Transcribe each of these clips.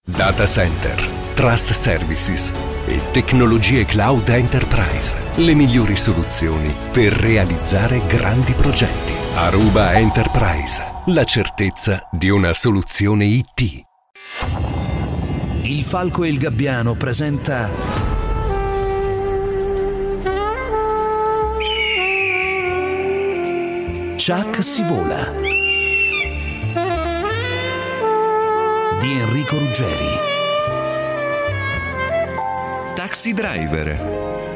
Data center, trust services e tecnologie cloud enterprise. Le migliori soluzioni per realizzare grandi progetti. Aruba Enterprise, la certezza di una soluzione IT. Il Falco e il Gabbiano presenta Chuck si vola di Enrico Ruggeri. Taxi Driver.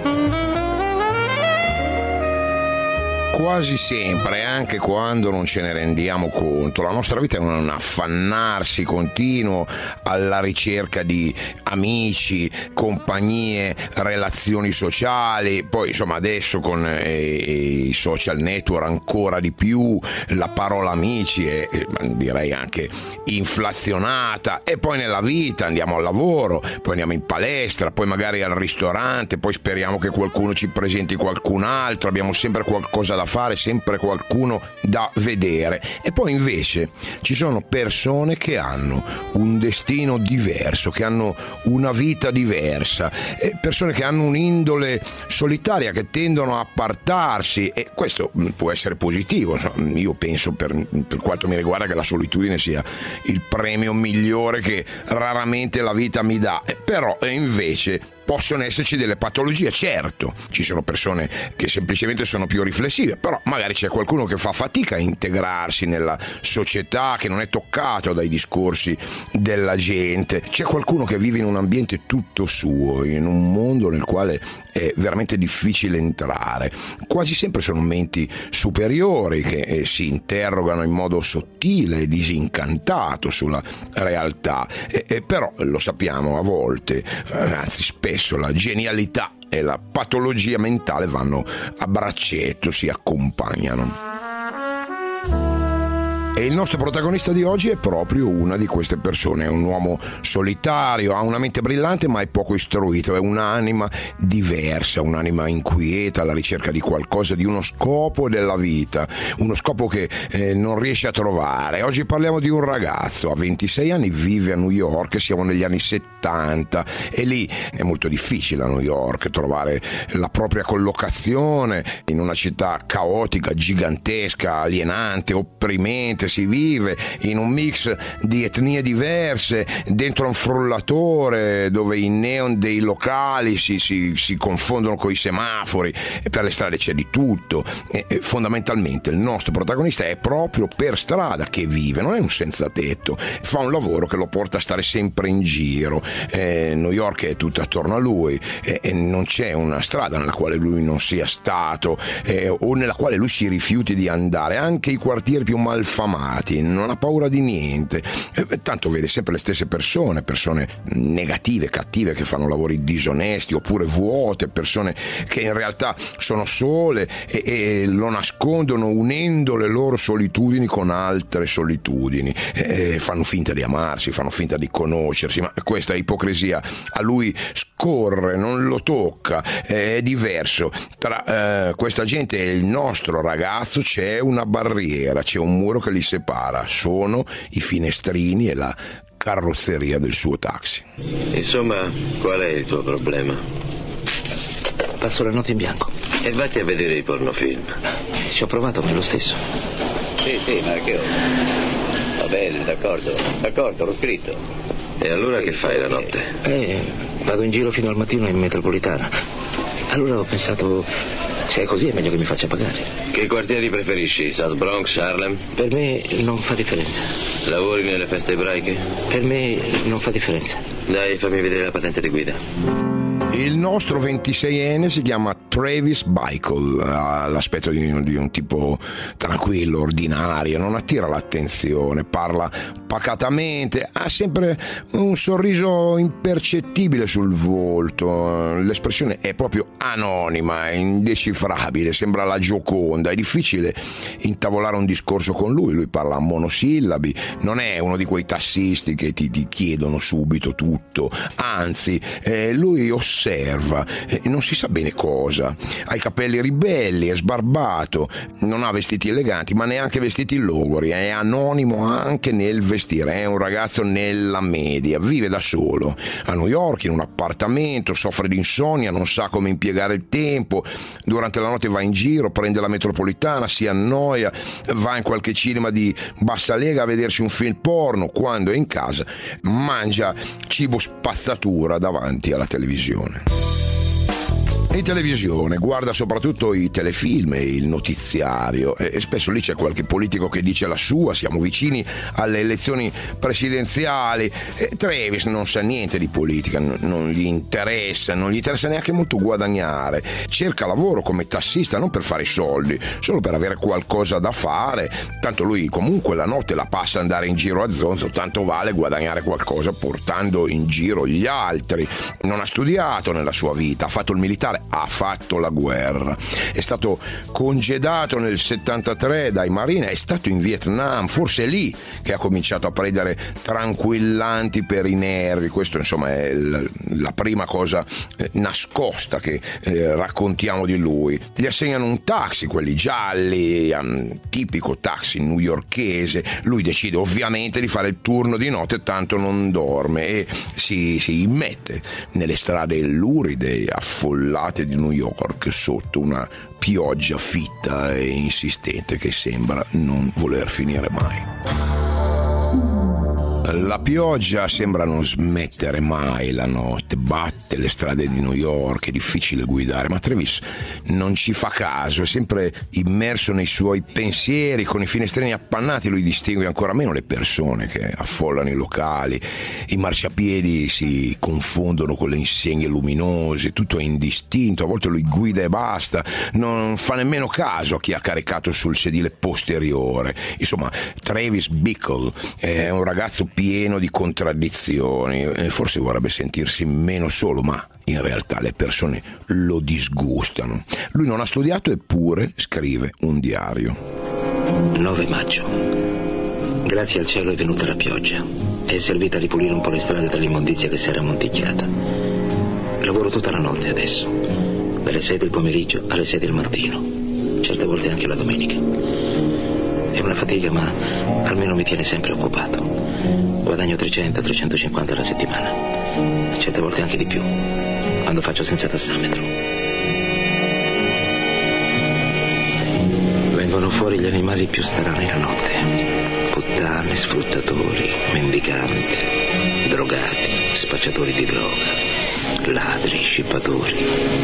Quasi sempre, anche quando non ce ne rendiamo conto, la nostra vita è un affannarsi continuo alla ricerca di amici, compagnie, relazioni sociali. Poi insomma adesso con i social network ancora di più la parola amici è direi anche inflazionata. E poi nella vita andiamo al lavoro, poi andiamo in palestra, poi magari al ristorante, poi speriamo che qualcuno ci presenti qualcun altro, abbiamo sempre qualcosa da fare, sempre qualcuno da vedere. E poi invece ci sono persone che hanno un destino diverso, che hanno una vita diversa, persone che hanno un'indole solitaria, che tendono a appartarsi, e questo può essere positivo. Io penso per quanto mi riguarda che la solitudine sia il premio migliore che raramente la vita mi dà, però invece possono esserci delle patologie. Certo, ci sono persone che semplicemente sono più riflessive, però magari c'è qualcuno che fa fatica a integrarsi nella società, che non è toccato dai discorsi della gente. C'è qualcuno che vive in un ambiente tutto suo, in un mondo nel quale è veramente difficile entrare. Quasi sempre sono menti superiori che si interrogano in modo sottile e disincantato sulla realtà, però lo sappiamo, a volte, anzi spesso, la genialità e la patologia mentale vanno a braccetto, si accompagnano. E il nostro protagonista di oggi è proprio una di queste persone. È un uomo solitario, ha una mente brillante ma è poco istruito, è un'anima diversa, un'anima inquieta alla ricerca di qualcosa, di uno scopo della vita, uno scopo che non riesce a trovare. Oggi parliamo di un ragazzo, ha 26 anni, vive a New York, siamo negli anni 70 e lì è molto difficile a New York trovare la propria collocazione in una città caotica, gigantesca, alienante, opprimente. Si vive in un mix di etnie diverse, dentro un frullatore dove i neon dei locali si confondono con i semafori, e per le strade c'è di tutto. E fondamentalmente il nostro protagonista è proprio per strada che vive, non è un senza tetto, fa un lavoro che lo porta a stare sempre in giro. New York è tutto attorno a lui, e non c'è una strada nella quale lui non sia stato, o nella quale lui si rifiuti di andare. Anche i quartieri più malfamati, non ha paura di niente, tanto vede sempre le stesse persone negative, cattive, che fanno lavori disonesti oppure vuote, persone che in realtà sono sole e lo nascondono unendo le loro solitudini con altre solitudini, fanno finta di amarsi, fanno finta di conoscersi, ma questa ipocrisia a lui scorre, non lo tocca. È diverso. Tra questa gente e il nostro ragazzo c'è una barriera, c'è un muro che li separa, sono i finestrini e la carrozzeria del suo taxi. Insomma, qual è il tuo problema? Passo la notte in bianco. E vatti a vedere i pornofilm. Ci ho provato, ma è lo stesso. Sì, ma che va bene, d'accordo, l'ho scritto. E allora che fai la notte? Vado in giro fino al mattino in metropolitana. Allora ho pensato, se è così è meglio che mi faccia pagare. Che quartieri preferisci? South Bronx, Harlem? Per me non fa differenza. Lavori nelle feste ebraiche? Per me non fa differenza. Dai, fammi vedere la patente di guida. Il nostro 26enne si chiama Travis Bickle, ha l'aspetto di un tipo tranquillo, ordinario, non attira l'attenzione, parla pacatamente, ha sempre un sorriso impercettibile sul volto, l'espressione è proprio anonima, è indecifrabile, sembra la Gioconda, è difficile intavolare un discorso con lui parla a monosillabi, non è uno di quei tassisti che ti chiedono subito tutto, anzi lui osserva osserva, non si sa bene cosa. Ha i capelli ribelli, è sbarbato, non ha vestiti eleganti, ma neanche vestiti logori, è anonimo anche nel vestire, è un ragazzo nella media, vive da solo a New York in un appartamento, soffre di insonnia, non sa come impiegare il tempo, durante la notte va in giro, prende la metropolitana, si annoia, va in qualche cinema di bassa lega a vedersi un film porno, quando è in casa mangia cibo spazzatura davanti alla televisione. In televisione guarda soprattutto i telefilm e il notiziario e spesso lì c'è qualche politico che dice la sua, siamo vicini alle elezioni presidenziali e Travis non sa niente di politica, non gli interessa neanche molto guadagnare, cerca lavoro come tassista non per fare i soldi, solo per avere qualcosa da fare, tanto lui comunque la notte la passa ad andare in giro a zonzo, tanto vale guadagnare qualcosa portando in giro gli altri. Non ha studiato nella sua vita, ha fatto il militare, ha fatto la guerra, è stato congedato nel 73 dai Marine, è stato in Vietnam, forse è lì che ha cominciato a prendere tranquillanti per i nervi. Questo insomma è la prima cosa nascosta che raccontiamo di lui. Gli assegnano un taxi, quelli gialli, tipico taxi newyorkese, lui decide ovviamente di fare il turno di notte, tanto non dorme e si immette nelle strade luride, affollate di New York sotto una pioggia fitta e insistente che sembra non voler finire mai. La pioggia sembra non smettere mai la notte, batte le strade di New York, è difficile guidare, ma Travis non ci fa caso, è sempre immerso nei suoi pensieri, con i finestrini appannati lui distingue ancora meno le persone che affollano i locali, i marciapiedi si confondono con le insegne luminose, tutto è indistinto, a volte lui guida e basta, non fa nemmeno caso a chi ha caricato sul sedile posteriore. Insomma, Travis Bickle è un ragazzo pieno di contraddizioni, forse vorrebbe sentirsi meno solo, ma in realtà le persone lo disgustano. Lui non ha studiato eppure scrive un diario. 9 maggio. Grazie al cielo è venuta la pioggia. È servita a ripulire un po' le strade dall'immondizia che si era ammonticchiata. Lavoro tutta la notte adesso, dalle 6 del pomeriggio alle 6 del mattino, certe volte anche la domenica. È una fatica, ma almeno mi tiene sempre occupato. Guadagno 300-350 alla settimana, certe volte anche di più, quando faccio senza tassametro. Vengono fuori gli animali più strani la notte. Puttane, sfruttatori, mendicanti, drogati, spacciatori di droga, ladri, scippatori.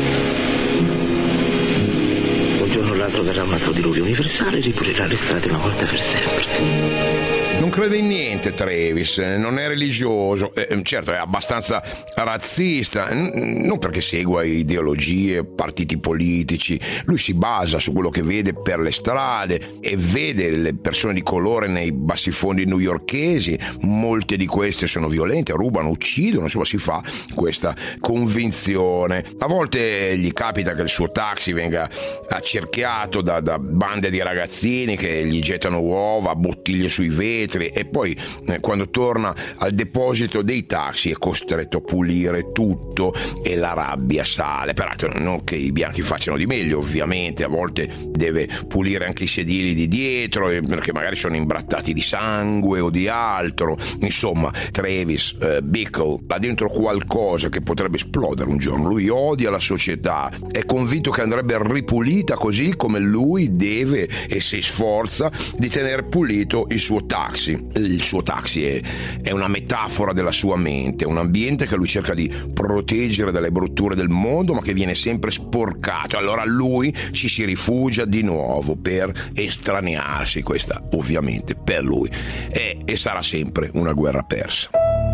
Un giorno o l'altro verrà un altro diluvio universale e ripulirà le strade una volta per sempre. Non crede in niente Travis, non è religioso, certo è abbastanza razzista, non perché segua ideologie, partiti politici, lui si basa su quello che vede per le strade e vede le persone di colore nei bassifondi newyorkesi, molte di queste sono violente, rubano, uccidono, insomma si fa questa convinzione. A volte gli capita che il suo taxi venga accerchiato da bande di ragazzini che gli gettano uova, bottiglie sui vetri e poi quando torna al deposito dei taxi è costretto a pulire tutto e la rabbia sale. Peraltro non che i bianchi facciano di meglio, ovviamente a volte deve pulire anche i sedili di dietro perché magari sono imbrattati di sangue o di altro. Insomma, Travis Bickle ha dentro qualcosa che potrebbe esplodere un giorno. Lui odia la società, è convinto che andrebbe ripulita così come lui deve e si sforza di tenere pulito il suo taxi. Il suo taxi è una metafora della sua mente, un ambiente che lui cerca di proteggere dalle brutture del mondo ma che viene sempre sporcato, allora lui ci si rifugia di nuovo per estranearsi. Questa ovviamente per lui è e sarà sempre una guerra persa.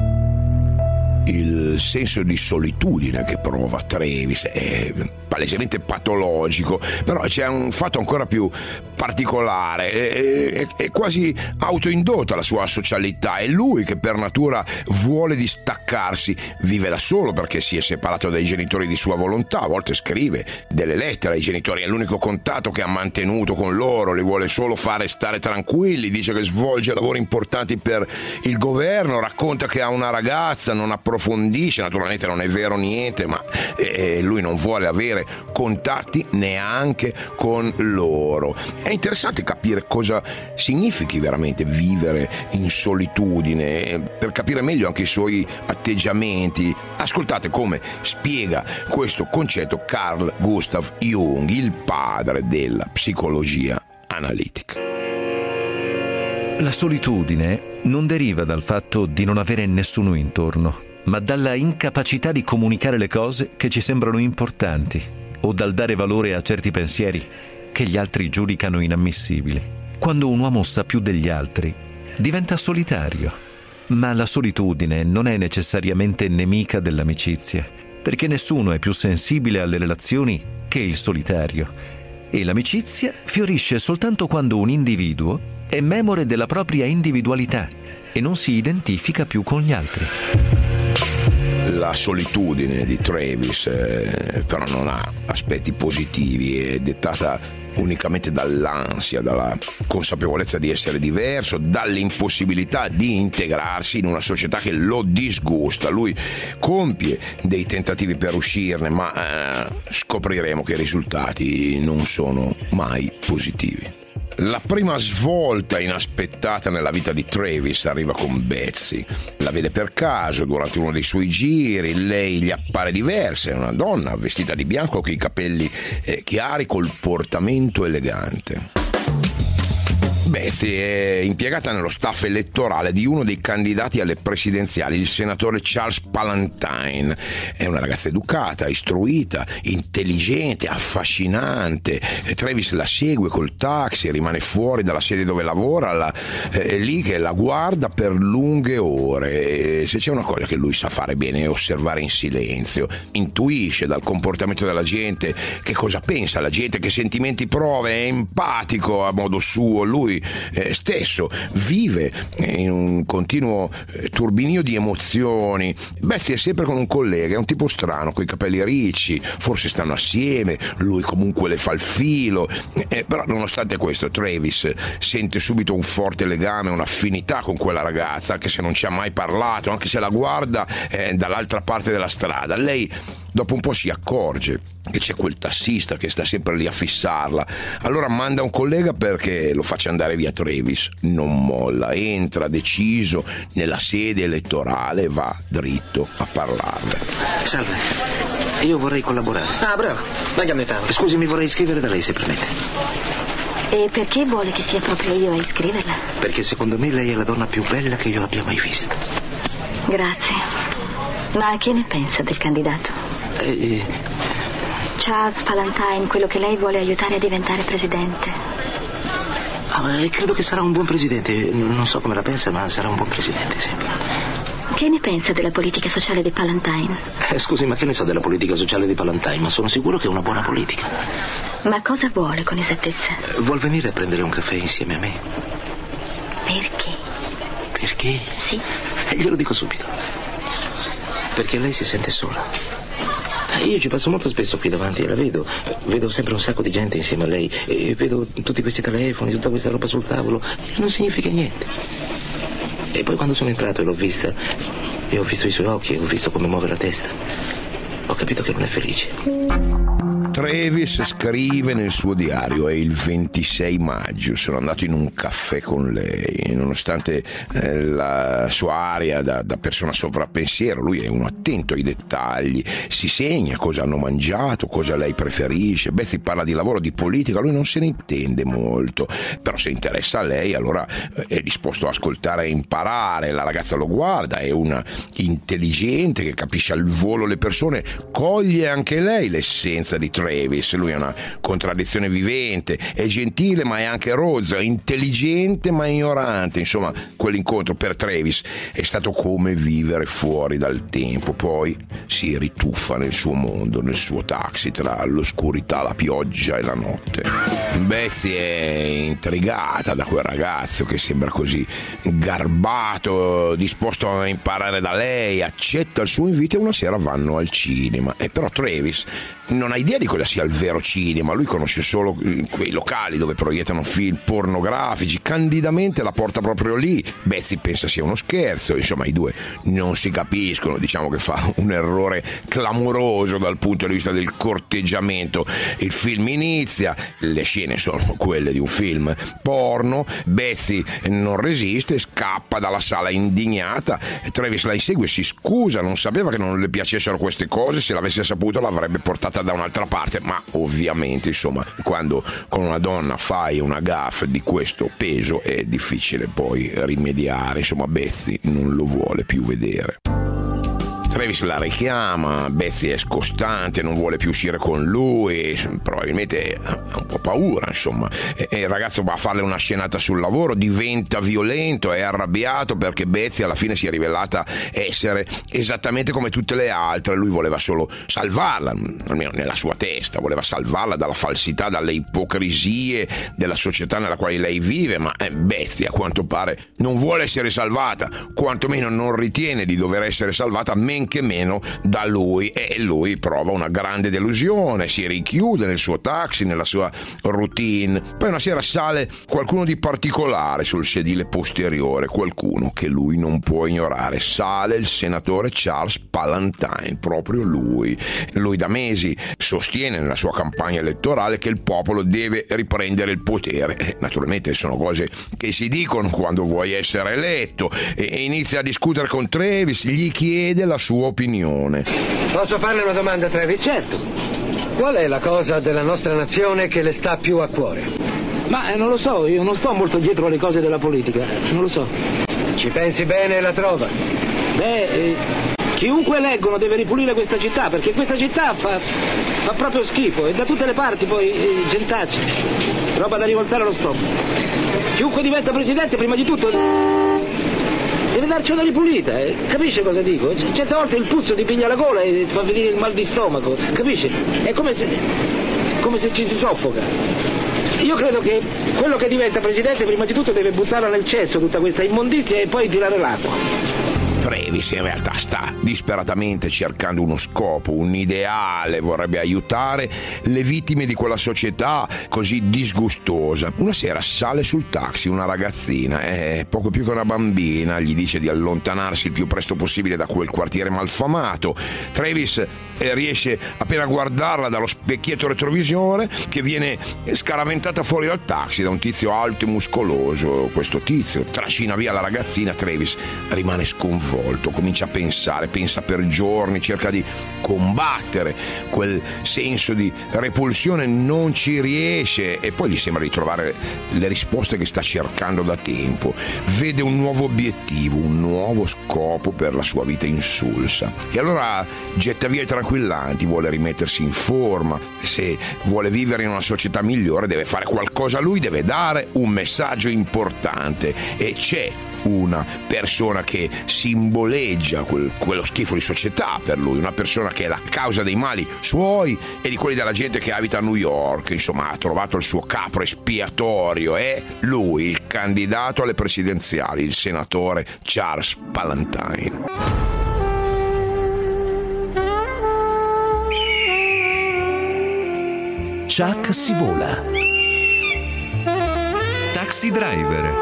Il senso di solitudine che prova Travis è palesemente patologico, però c'è un fatto ancora più particolare, è quasi autoindotta la sua socialità. È lui che per natura vuole distaccarsi, vive da solo perché si è separato dai genitori di sua volontà, a volte scrive delle lettere ai genitori, è l'unico contatto che ha mantenuto con loro, li vuole solo fare stare tranquilli, dice che svolge lavori importanti per il governo, racconta che ha una ragazza, non approfondisce, naturalmente non è vero niente, ma lui non vuole avere contatti neanche con loro. È interessante capire cosa significhi veramente vivere in solitudine, per capire meglio anche i suoi atteggiamenti. Ascoltate come spiega questo concetto Carl Gustav Jung, il padre della psicologia analitica. La solitudine non deriva dal fatto di non avere nessuno intorno, ma dalla incapacità di comunicare le cose che ci sembrano importanti o dal dare valore a certi pensieri che gli altri giudicano inammissibili. Quando un uomo sa più degli altri, diventa solitario. Ma la solitudine non è necessariamente nemica dell'amicizia, perché nessuno è più sensibile alle relazioni che il solitario. E l'amicizia fiorisce soltanto quando un individuo è memore della propria individualità e non si identifica più con gli altri. La solitudine di Travis però non ha aspetti positivi, è dettata unicamente dall'ansia, dalla consapevolezza di essere diverso, dall'impossibilità di integrarsi in una società che lo disgusta. Lui compie dei tentativi per uscirne, ma scopriremo che i risultati non sono mai positivi. La prima svolta inaspettata nella vita di Travis arriva con Betsy. La vede per caso durante uno dei suoi giri, lei gli appare diversa, è una donna vestita di bianco con i capelli chiari, col portamento elegante. Betsy è impiegata nello staff elettorale di uno dei candidati alle presidenziali, il senatore Charles Palantine. È una ragazza educata, istruita, intelligente, affascinante. Travis la segue col taxi, rimane fuori dalla sede dove lavora, è lì che la guarda per lunghe ore. Se c'è una cosa che lui sa fare bene è osservare in silenzio. Intuisce dal comportamento della gente che cosa pensa la gente, che sentimenti prova, è empatico a modo suo. Lui stesso vive in un continuo turbinio di emozioni. Betsy è sempre con un collega, è un tipo strano, coi capelli ricci, forse stanno assieme, lui comunque le fa il filo, però nonostante questo Travis sente subito un forte legame, un'affinità con quella ragazza, anche se non ci ha mai parlato, anche se la guarda dall'altra parte della strada. Lei dopo un po' si accorge che c'è quel tassista che sta sempre lì a fissarla, allora manda un collega perché lo faccia andare via. Travis non molla, entra deciso nella sede elettorale e va dritto a parlarle. Salve, io vorrei collaborare. Ah, bravo, venga a me parla. Scusi, mi vorrei iscrivere da lei, se permette. E perché vuole che sia proprio io a iscriverla? Perché secondo me lei è la donna più bella che io abbia mai visto. Grazie. Ma che ne pensa del candidato? Charles Palantine, quello che lei vuole aiutare a diventare presidente. Credo che sarà un buon presidente. Non so come la pensa, ma sarà un buon presidente, sì. Che ne pensa della politica sociale di Palantine? Scusi, ma che ne so della politica sociale di Palantine? Ma sono sicuro che è una buona politica. Ma cosa vuole con esattezza? Vuol venire a prendere un caffè insieme a me? Perché? Perché? Sì. Glielo dico subito. Perché lei si sente sola. Io ci passo molto spesso qui davanti e la vedo sempre un sacco di gente insieme a lei, e vedo tutti questi telefoni, tutta questa roba sul tavolo, non significa niente. E poi quando sono entrato e l'ho vista, e ho visto i suoi occhi, e ho visto come muove la testa, ho capito che non è felice. Travis scrive nel suo diario: è il 26 maggio, sono andato in un caffè con lei. Nonostante la sua aria da persona sovrappensiero, lui è uno attento ai dettagli, si segna cosa hanno mangiato, cosa lei preferisce. Betsy parla di lavoro, di politica, lui non se ne intende molto, però se interessa a lei allora è disposto a ascoltare e imparare. La ragazza lo guarda, è una intelligente che capisce al volo le persone, coglie anche lei l'essenza di Travis Travis. Lui è una contraddizione vivente, è gentile ma è anche rozzo, è intelligente ma è ignorante. Insomma, quell'incontro per Travis è stato come vivere fuori dal tempo. Poi si rituffa nel suo mondo, nel suo taxi, tra l'oscurità, la pioggia e la notte. Betsy è intrigata da quel ragazzo che sembra così garbato, disposto a imparare da lei, accetta il suo invito e una sera vanno al cinema. E però Travis non ha idea di cosa sia il vero cinema, lui conosce solo quei locali dove proiettano film pornografici, candidamente la porta proprio lì. Betsy pensa sia uno scherzo, insomma i due non si capiscono, diciamo che fa un errore clamoroso dal punto di vista del corteggiamento. Il film inizia, le scene sono quelle di un film porno, Betsy non resiste, scappa dalla sala indignata, Travis la insegue, si scusa, non sapeva che non le piacessero queste cose, se l'avesse saputo l'avrebbe portata da un'altra parte, ma ovviamente insomma quando con una donna fai una gaffe di questo peso è difficile poi rimediare, insomma Betsy non lo vuole più vedere. Travis la richiama, Betsy è scostante, non vuole più uscire con lui, probabilmente ha un po' paura, insomma. E il ragazzo va a farle una scenata sul lavoro, diventa violento, è arrabbiato perché Betsy alla fine si è rivelata essere esattamente come tutte le altre. Lui voleva solo salvarla, almeno nella sua testa, voleva salvarla dalla falsità, dalle ipocrisie della società nella quale lei vive, ma Betsy a quanto pare non vuole essere salvata, quantomeno non ritiene di dover essere salvata, men che meno da lui, e lui prova una grande delusione, si richiude nel suo taxi, nella sua routine. Poi una sera sale qualcuno di particolare sul sedile posteriore, qualcuno che lui non può ignorare. Sale il senatore Charles Palantine, proprio lui. Lui da mesi sostiene nella sua campagna elettorale che il popolo deve riprendere il potere. Naturalmente sono cose che si dicono quando vuoi essere eletto, e inizia a discutere con Travis, gli chiede la sua opinione. Posso farle una domanda, Travis? Certo. Qual è la cosa della nostra nazione che le sta più a cuore? Ma non lo so, io non sto molto dietro alle cose della politica, non lo so. Ci pensi bene e la trova? Chiunque eleggono deve ripulire questa città, perché questa città fa proprio schifo, e da tutte le parti poi gentacci, roba da rivoltare lo stomaco. Chiunque diventa presidente prima di tutto deve darci una ripulita, capisce cosa dico? Certe volte il puzzo ti piglia la gola e fa venire il mal di stomaco, capisce? È come se ci si soffoca. Io credo che quello che diventa presidente prima di tutto deve buttarla nel cesso tutta questa immondizia e poi tirare l'acqua. Travis in realtà sta disperatamente cercando uno scopo, un ideale, vorrebbe aiutare le vittime di quella società così disgustosa. Una sera sale sul taxi una ragazzina, è poco più che una bambina, gli dice di allontanarsi il più presto possibile da quel quartiere malfamato. Travis riesce appena a guardarla dallo specchietto retrovisore che viene scaraventata fuori dal taxi da un tizio alto e muscoloso. Questo tizio trascina via la ragazzina, Travis rimane sconvolto, comincia a pensare, pensa per giorni, cerca di combattere quel senso di repulsione, non ci riesce e poi gli sembra di trovare le risposte che sta cercando da tempo. Vede un nuovo obiettivo, un nuovo scopo per la sua vita insulsa e allora getta via i tranquillanti, vuole rimettersi in forma. Se vuole vivere in una società migliore deve fare qualcosa, lui deve dare un messaggio importante e c'è una persona che simboleggia quello schifo di società per lui, una persona che è la causa dei mali suoi e di quelli della gente che abita a New York. Insomma, ha trovato il suo capro espiatorio, è lui, il candidato alle presidenziali, il senatore Charles Palantine. Chuck si vola. Taxi Driver.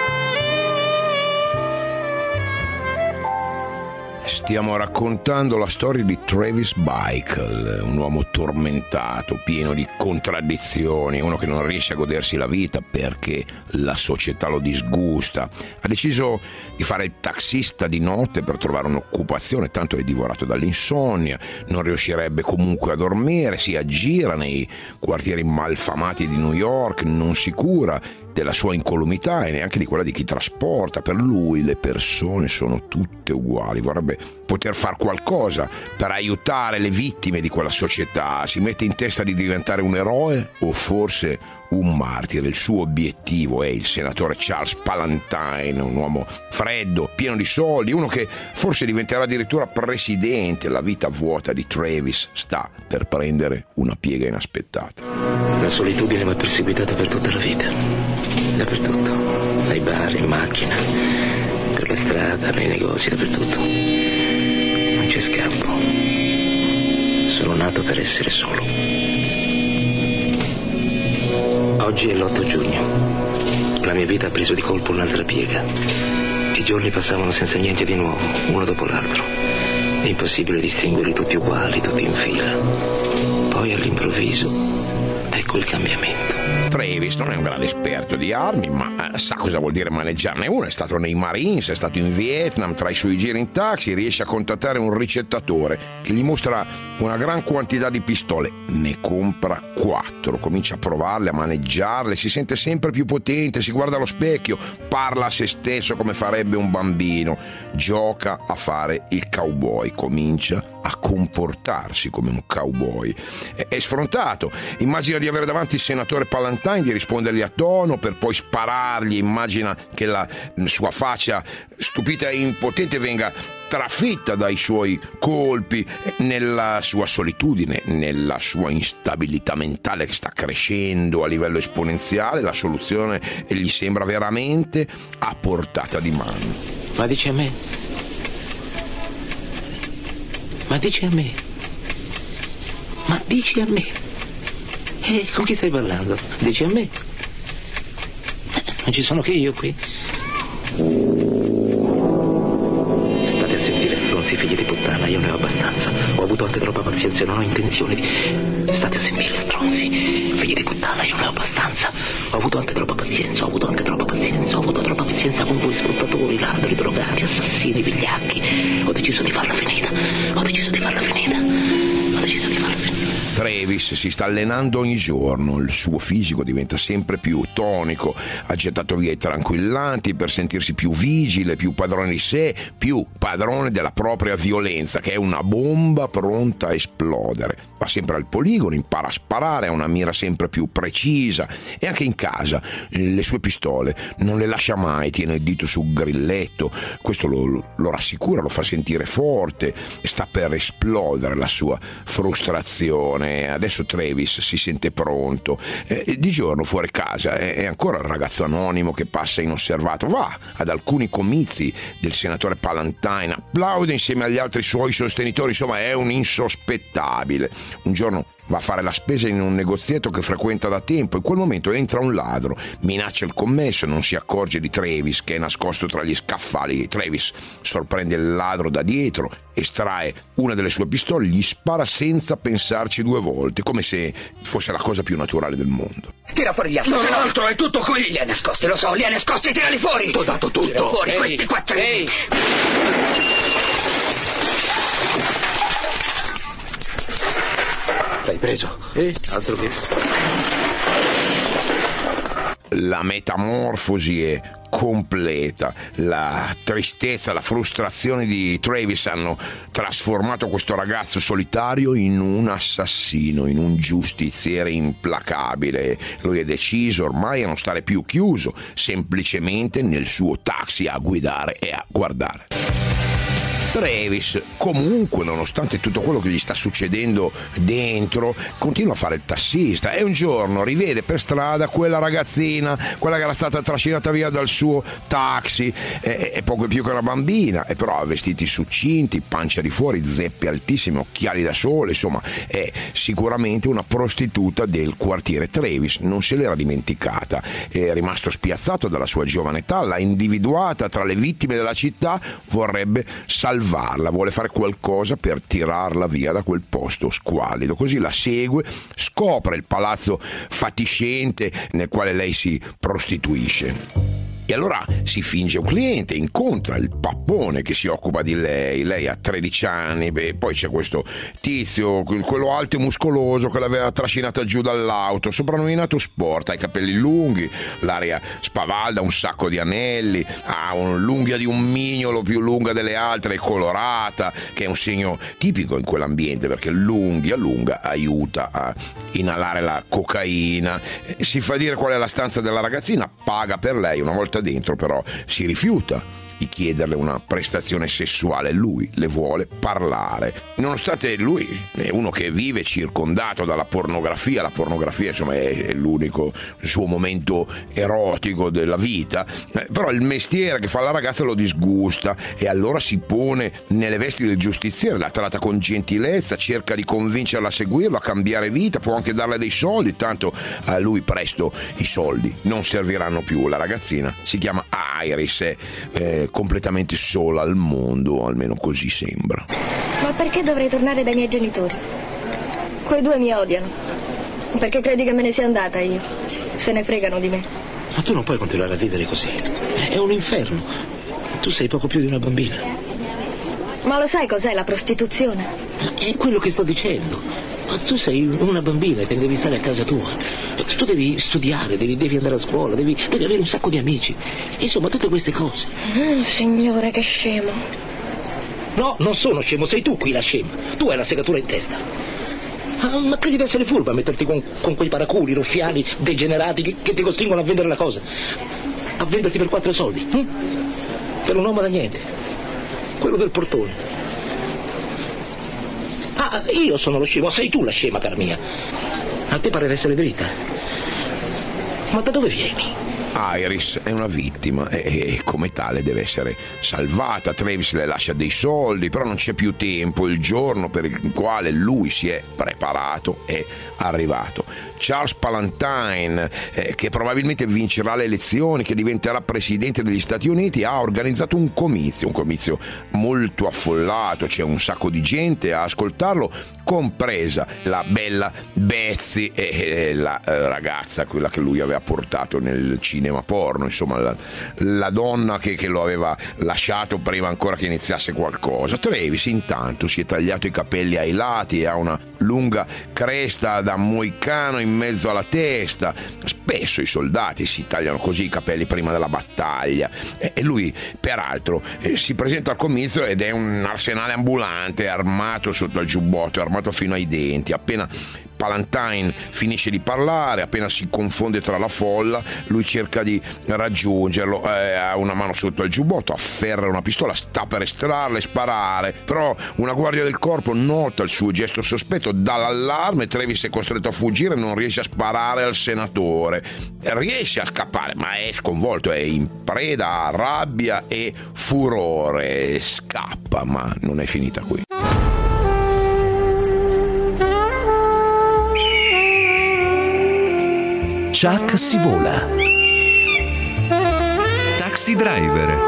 Stiamo raccontando la storia di Travis Bickle, un uomo tormentato, pieno di contraddizioni, uno che non riesce a godersi la vita perché la società lo disgusta. Ha deciso di fare il taxista di notte per trovare un'occupazione, tanto è divorato dall'insonnia, non riuscirebbe comunque a dormire, si aggira nei quartieri malfamati di New York, non si cura della sua incolumità e neanche di quella di chi trasporta. Per lui le persone sono tutte uguali, vorrebbe poter far qualcosa per aiutare le vittime di quella società. Si mette in testa di diventare un eroe o forse un martire. Il suo obiettivo è il senatore Charles Palantine, un uomo freddo, pieno di soldi, uno che forse diventerà addirittura presidente. La vita vuota di Travis sta per prendere una piega inaspettata. La solitudine mi ha perseguitata per tutta la vita, dappertutto, ai bar, in macchina, per la strada, nei negozi, dappertutto. Non c'è scampo. Sono nato per essere solo. Oggi è l'8 giugno. La mia vita ha preso di colpo un'altra piega. I giorni passavano senza niente di nuovo, uno dopo l'altro. È impossibile distinguerli tutti uguali, tutti in fila. Poi all'improvviso, ecco il cambiamento. Travis non è un grande esperto di armi, ma sa cosa vuol dire maneggiarne uno. È stato nei Marines, è stato in Vietnam. Tra i suoi giri in taxi riesce a contattare un ricettatore che gli mostra una gran quantità di pistole. Ne compra 4, comincia a provarle, a maneggiarle, si sente sempre più potente, si guarda allo specchio, parla a se stesso come farebbe un bambino, gioca a fare il cowboy, comincia a comportarsi come un cowboy. È sfrontato, immagina di avere davanti il senatore Palantine, di rispondergli a tono per poi sparargli, immagina che la sua faccia stupita e impotente venga trafitta dai suoi colpi. Nella sua solitudine, nella sua instabilità mentale che sta crescendo a livello esponenziale, la soluzione gli sembra veramente a portata di mano. Ma dici a me? Ma dici a me? Ma dici a me? Con chi stai parlando? Dici a me? Non ci sono che io qui. State a sentire, stronzi figli di puttana, io ne ho abbastanza. Ho avuto anche troppa pazienza e non ho intenzione di... State a sentire, stronzi figli di puttana, io ne ho abbastanza. Ho avuto anche troppa pazienza, ho avuto troppa pazienza con voi sfruttatori, ladri, drogati, assassini, vigliacchi. Ho deciso di farla finita. Travis si sta allenando ogni giorno, il suo fisico diventa sempre più tonico, ha gettato via i tranquillanti per sentirsi più vigile, più padrone di sé, più padrone della propria violenza, che è una bomba pronta a esplodere. Va sempre al poligono, impara a sparare, ha una mira sempre più precisa e anche in casa le sue pistole non le lascia mai, tiene il dito sul grilletto, questo lo rassicura, lo fa sentire forte, sta per esplodere la sua frustrazione. Adesso Travis si sente pronto. Di giorno fuori casa è ancora il ragazzo anonimo che passa inosservato, va ad alcuni comizi del senatore Palantine, applaude insieme agli altri suoi sostenitori, insomma è un insospettabile. Un giorno va a fare la spesa in un negozietto che frequenta da tempo. In quel momento entra un ladro, minaccia il commesso e non si accorge di Travis che è nascosto tra gli scaffali. Travis sorprende il ladro da dietro, estrae una delle sue pistole, gli spara senza pensarci due volte, come se fosse la cosa più naturale del mondo. Tira fuori gli altri. Non altro, è tutto qui. Li ha nascosti, lo so, li ha nascosti, tirali fuori. T'ho dato tutto. Tira fuori questi 4. L'hai preso? Altro che... La metamorfosi è completa. La tristezza, la frustrazione di Travis hanno trasformato questo ragazzo solitario in un assassino, in un giustiziere implacabile. Lui è deciso ormai a non stare più chiuso semplicemente nel suo taxi a guidare e a guardare. Travis, comunque, nonostante tutto quello che gli sta succedendo dentro, continua a fare il tassista e un giorno rivede per strada quella ragazzina, quella che era stata trascinata via dal suo taxi, è poco più che una bambina, e però ha vestiti succinti, pancia di fuori, zeppe altissime, occhiali da sole, insomma è sicuramente una prostituta del quartiere. Travis non se l'era dimenticata, è rimasto spiazzato dalla sua giovane età, l'ha individuata tra le vittime della città, vorrebbe salvarla, vuole fare qualcosa per tirarla via da quel posto squallido. Così la segue, scopre il palazzo fatiscente nel quale lei si prostituisce. E allora si finge un cliente, incontra il pappone che si occupa di lei ha 13 anni, poi c'è questo tizio, quello alto e muscoloso che l'aveva trascinata giù dall'auto, soprannominato Sport, ha i capelli lunghi, l'aria spavalda, un sacco di anelli, ha l'unghia di un mignolo più lunga delle altre, colorata, che è un segno tipico in quell'ambiente perché l'unghia lunga aiuta a inalare la cocaina. Si fa dire qual è la stanza della ragazzina, paga per lei, una volta dentro però si rifiuta di chiederle una prestazione sessuale, lui le vuole parlare, nonostante lui è uno che vive circondato dalla pornografia. La pornografia insomma è l'unico suo momento erotico della vita, però il mestiere che fa la ragazza lo disgusta e allora si pone nelle vesti del giustiziere, la tratta con gentilezza, cerca di convincerla a seguirlo, a cambiare vita, può anche darle dei soldi, tanto a lui presto i soldi non serviranno più. La ragazzina si chiama Iris, è completamente sola al mondo, almeno così sembra. Ma perché dovrei tornare dai miei genitori? Quei due mi odiano. Perché credi che me ne sia andata io? Se ne fregano di me. Ma tu non puoi continuare a vivere così. È un inferno. Tu sei poco più di una bambina. Ma lo sai cos'è la prostituzione? È quello che sto dicendo. Ma tu sei una bambina che devi stare a casa tua. Tu devi studiare, devi andare a scuola, devi avere un sacco di amici. Insomma, tutte queste cose. Signore, che scemo. No, non sono scemo, sei tu qui la scema. Tu hai la segatura in testa. Ma credi di essere furba a metterti con quei paraculi, ruffiani, degenerati che ti costringono a vendere la cosa? A venderti per 4 soldi? Per un uomo da niente. Quello del portone. Ah, io sono lo scemo, sei tu la scema, cara mia. A te pare essere dritta. Ma da dove vieni? Iris è una vittima e come tale deve essere salvata. Travis le lascia dei soldi, però non c'è più tempo. Il giorno per il quale lui si è preparato è arrivato. Charles Palantine, che probabilmente vincerà le elezioni, che diventerà presidente degli Stati Uniti, ha organizzato un comizio molto affollato, c'è un sacco di gente a ascoltarlo, compresa la bella Betsy e la ragazza, quella che lui aveva portato nel cinema porno, insomma la donna che lo aveva lasciato prima ancora che iniziasse qualcosa. Travis intanto si è tagliato i capelli ai lati e ha una lunga cresta da moicano in mezzo alla testa. Spesso i soldati si tagliano così i capelli prima della battaglia e lui peraltro si presenta al comizio ed è un arsenale ambulante, armato sotto al giubbotto, armato fino ai denti. Appena Palantine finisce di parlare, appena si confonde tra la folla, lui cerca di raggiungerlo, ha una mano sotto al giubbotto, afferra una pistola, sta per estrarla e sparare, però una guardia del corpo nota il suo gesto sospetto, dà l'allarme. Travis è costretto a fuggire, non riesce a sparare al senatore, riesce a scappare ma è sconvolto, è in preda a rabbia e furore, scappa, ma non è finita qui. Chuck si vola. Taxi Driver.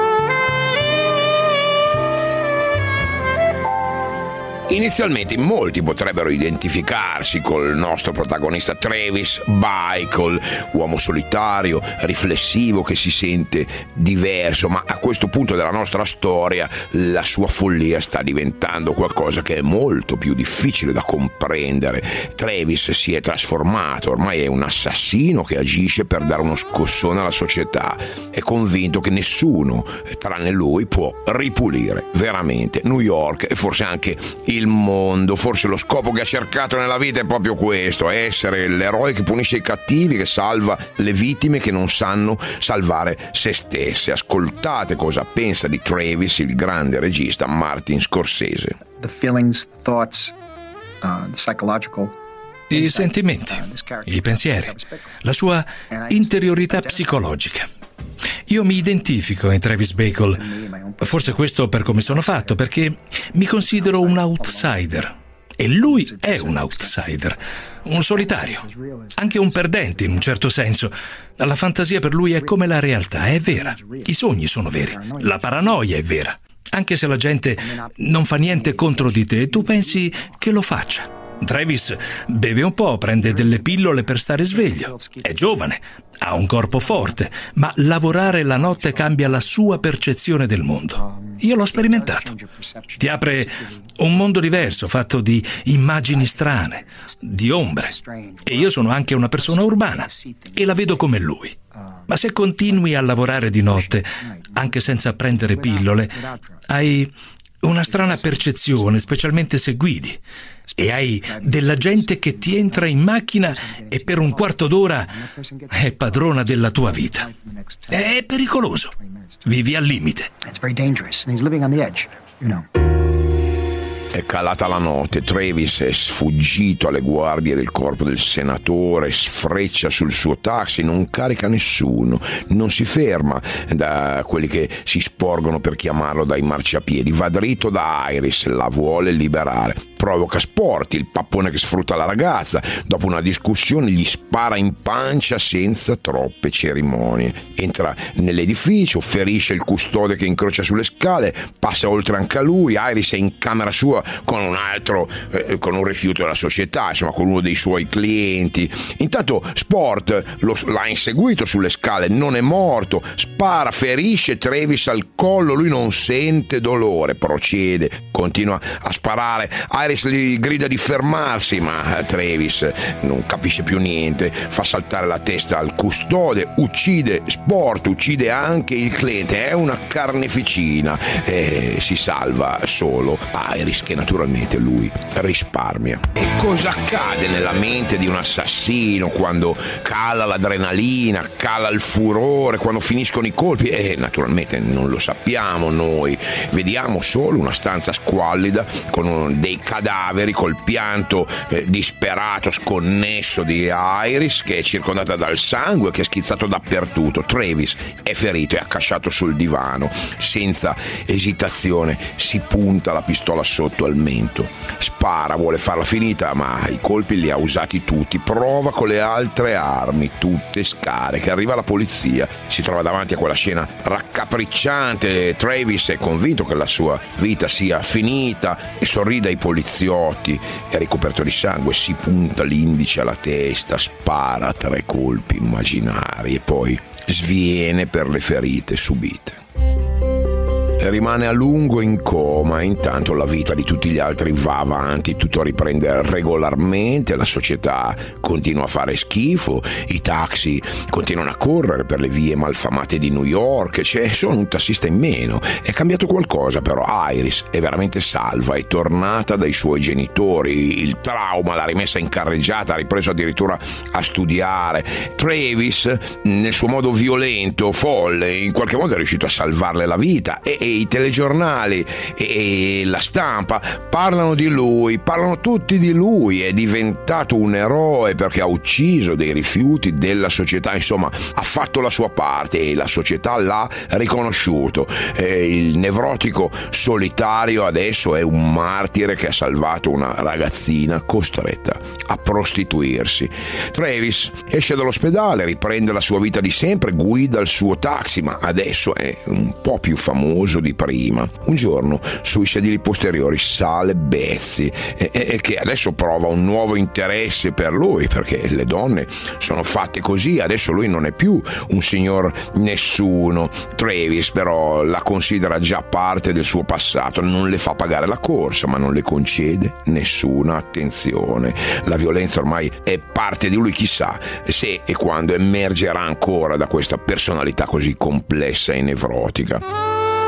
Inizialmente molti potrebbero identificarsi col nostro protagonista Travis Bickle, uomo solitario, riflessivo, che si sente diverso, ma a questo punto della nostra storia la sua follia sta diventando qualcosa che è molto più difficile da comprendere. Travis si è trasformato, ormai è un assassino che agisce per dare uno scossone alla società. È convinto che nessuno, tranne lui, può ripulire veramente New York e forse anche il mondo. Forse lo scopo che ha cercato nella vita è proprio questo: essere l'eroe che punisce i cattivi, che salva le vittime che non sanno salvare se stesse. Ascoltate cosa pensa di Travis il grande regista Martin Scorsese. The feelings, thoughts, the psychological, i sentimenti, i pensieri, la sua interiorità psicologica. Io mi identifico in Travis Bickle, forse questo per come sono fatto, perché mi considero un outsider e lui è un outsider, un solitario, anche un perdente in un certo senso. La fantasia per lui è come la realtà, è vera, i sogni sono veri, la paranoia è vera. Anche se la gente non fa niente contro di te, tu pensi che lo faccia. Travis beve un po', prende delle pillole per stare sveglio. È giovane, ha un corpo forte, ma lavorare la notte cambia la sua percezione del mondo. Io l'ho sperimentato. Ti apre un mondo diverso, fatto di immagini strane, di ombre. E io sono anche una persona urbana e la vedo come lui. Ma se continui a lavorare di notte, anche senza prendere pillole, hai una strana percezione, specialmente se guidi. E hai della gente che ti entra in macchina e per un quarto d'ora è padrona della tua vita. È pericoloso. Vivi al limite. È calata la notte, Travis è sfuggito alle guardie del corpo del senatore, sfreccia sul suo taxi, non carica nessuno, non si ferma da quelli che si sporgono per chiamarlo dai marciapiedi, va dritto da Iris, la vuole liberare. Provoca sporti, il pappone che sfrutta la ragazza, dopo una discussione gli spara in pancia senza troppe cerimonie. Entra nell'edificio, ferisce il custode che incrocia sulle scale, passa oltre anche a lui. Iris è in camera sua con un altro, con un rifiuto della società, insomma con uno dei suoi clienti. Intanto Sport l'ha inseguito sulle scale, non è morto, spara, ferisce Travis al collo, lui non sente dolore, procede, continua a sparare. Iris gli grida di fermarsi, ma Travis non capisce più niente, fa saltare la testa al custode, uccide Sport, uccide anche il cliente, è una carneficina, si salva solo Iris, che naturalmente lui risparmia. E cosa accade nella mente di un assassino quando cala l'adrenalina, cala il furore, quando finiscono i colpi? Naturalmente non lo sappiamo noi, vediamo solo una stanza squallida con dei cadaveri, col pianto disperato, sconnesso di Iris, che è circondata dal sangue che è schizzato dappertutto. Travis è ferito e accasciato sul divano, senza esitazione si punta la pistola sotto al mento, spara, vuole farla finita, ma i colpi li ha usati tutti, prova con le altre armi, tutte scariche. Arriva la polizia, si trova davanti a quella scena raccapricciante. Travis è convinto che la sua vita sia finita e sorride ai poliziotti, è ricoperto di sangue, si punta l'indice alla testa, spara 3 colpi immaginari e poi sviene per le ferite subite. Rimane a lungo in coma, intanto la vita di tutti gli altri va avanti, tutto riprende regolarmente, la società continua a fare schifo, i taxi continuano a correre per le vie malfamate di New York, c'è solo un tassista in meno. È cambiato qualcosa però, Iris è veramente salva, è tornata dai suoi genitori, il trauma l'ha rimessa in carreggiata, ha ripreso addirittura a studiare. Travis, nel suo modo violento, folle, in qualche modo è riuscito a salvarle la vita e i telegiornali e la stampa parlano di lui, parlano tutti di lui, è diventato un eroe perché ha ucciso dei rifiuti della società, insomma ha fatto la sua parte e la società l'ha riconosciuto. Il nevrotico solitario adesso è un martire che ha salvato una ragazzina costretta a prostituirsi. Travis esce dall'ospedale, riprende la sua vita di sempre, guida il suo taxi, ma adesso è un po' più famoso di prima. Un giorno sui sedili posteriori sale Betsy che adesso prova un nuovo interesse per lui, perché le donne sono fatte così, adesso lui non è più un signor nessuno. Travis però la considera già parte del suo passato, non le fa pagare la corsa, ma non le concede nessuna attenzione. La violenza ormai è parte di lui, chissà se e quando emergerà ancora da questa personalità così complessa e nevrotica.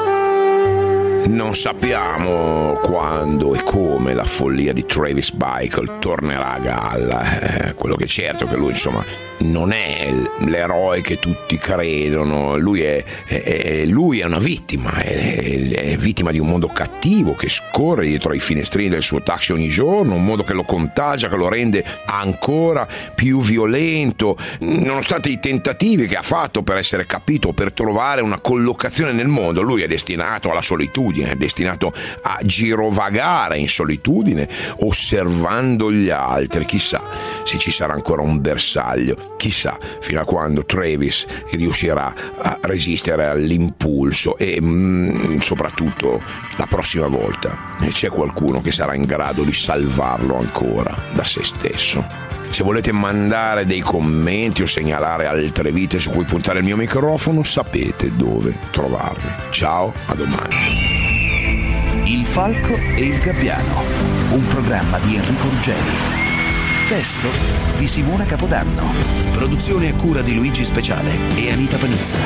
Non sappiamo quando e come la follia di Travis Bickle tornerà a galla. Quello che è certo è che lui, insomma, non è l'eroe che tutti credono. Lui è una vittima, è vittima di un mondo cattivo che scorre dietro ai finestrini del suo taxi ogni giorno, un mondo che lo contagia, che lo rende ancora più violento, nonostante i tentativi che ha fatto per essere capito, per trovare una collocazione nel mondo. Lui è destinato alla solitudine, solitudine, è destinato a girovagare in solitudine, osservando gli altri. Chissà se ci sarà ancora un bersaglio, chissà fino a quando Travis riuscirà a resistere all'impulso e soprattutto la prossima volta c'è qualcuno che sarà in grado di salvarlo ancora da se stesso. Se volete mandare dei commenti o segnalare altre vite su cui puntare il mio microfono, sapete dove trovarmi. Ciao, a domani. Il Falco e il Gabbiano, un programma di Enrico Ruggeri. Testo di Simona Capodanno. Produzione a cura di Luigi Speciale e Anita Panizza.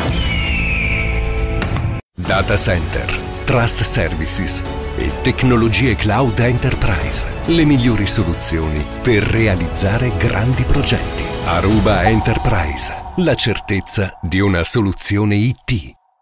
Data Center, Trust Services e tecnologie cloud enterprise. Le migliori soluzioni per realizzare grandi progetti. Aruba Enterprise, la certezza di una soluzione IT.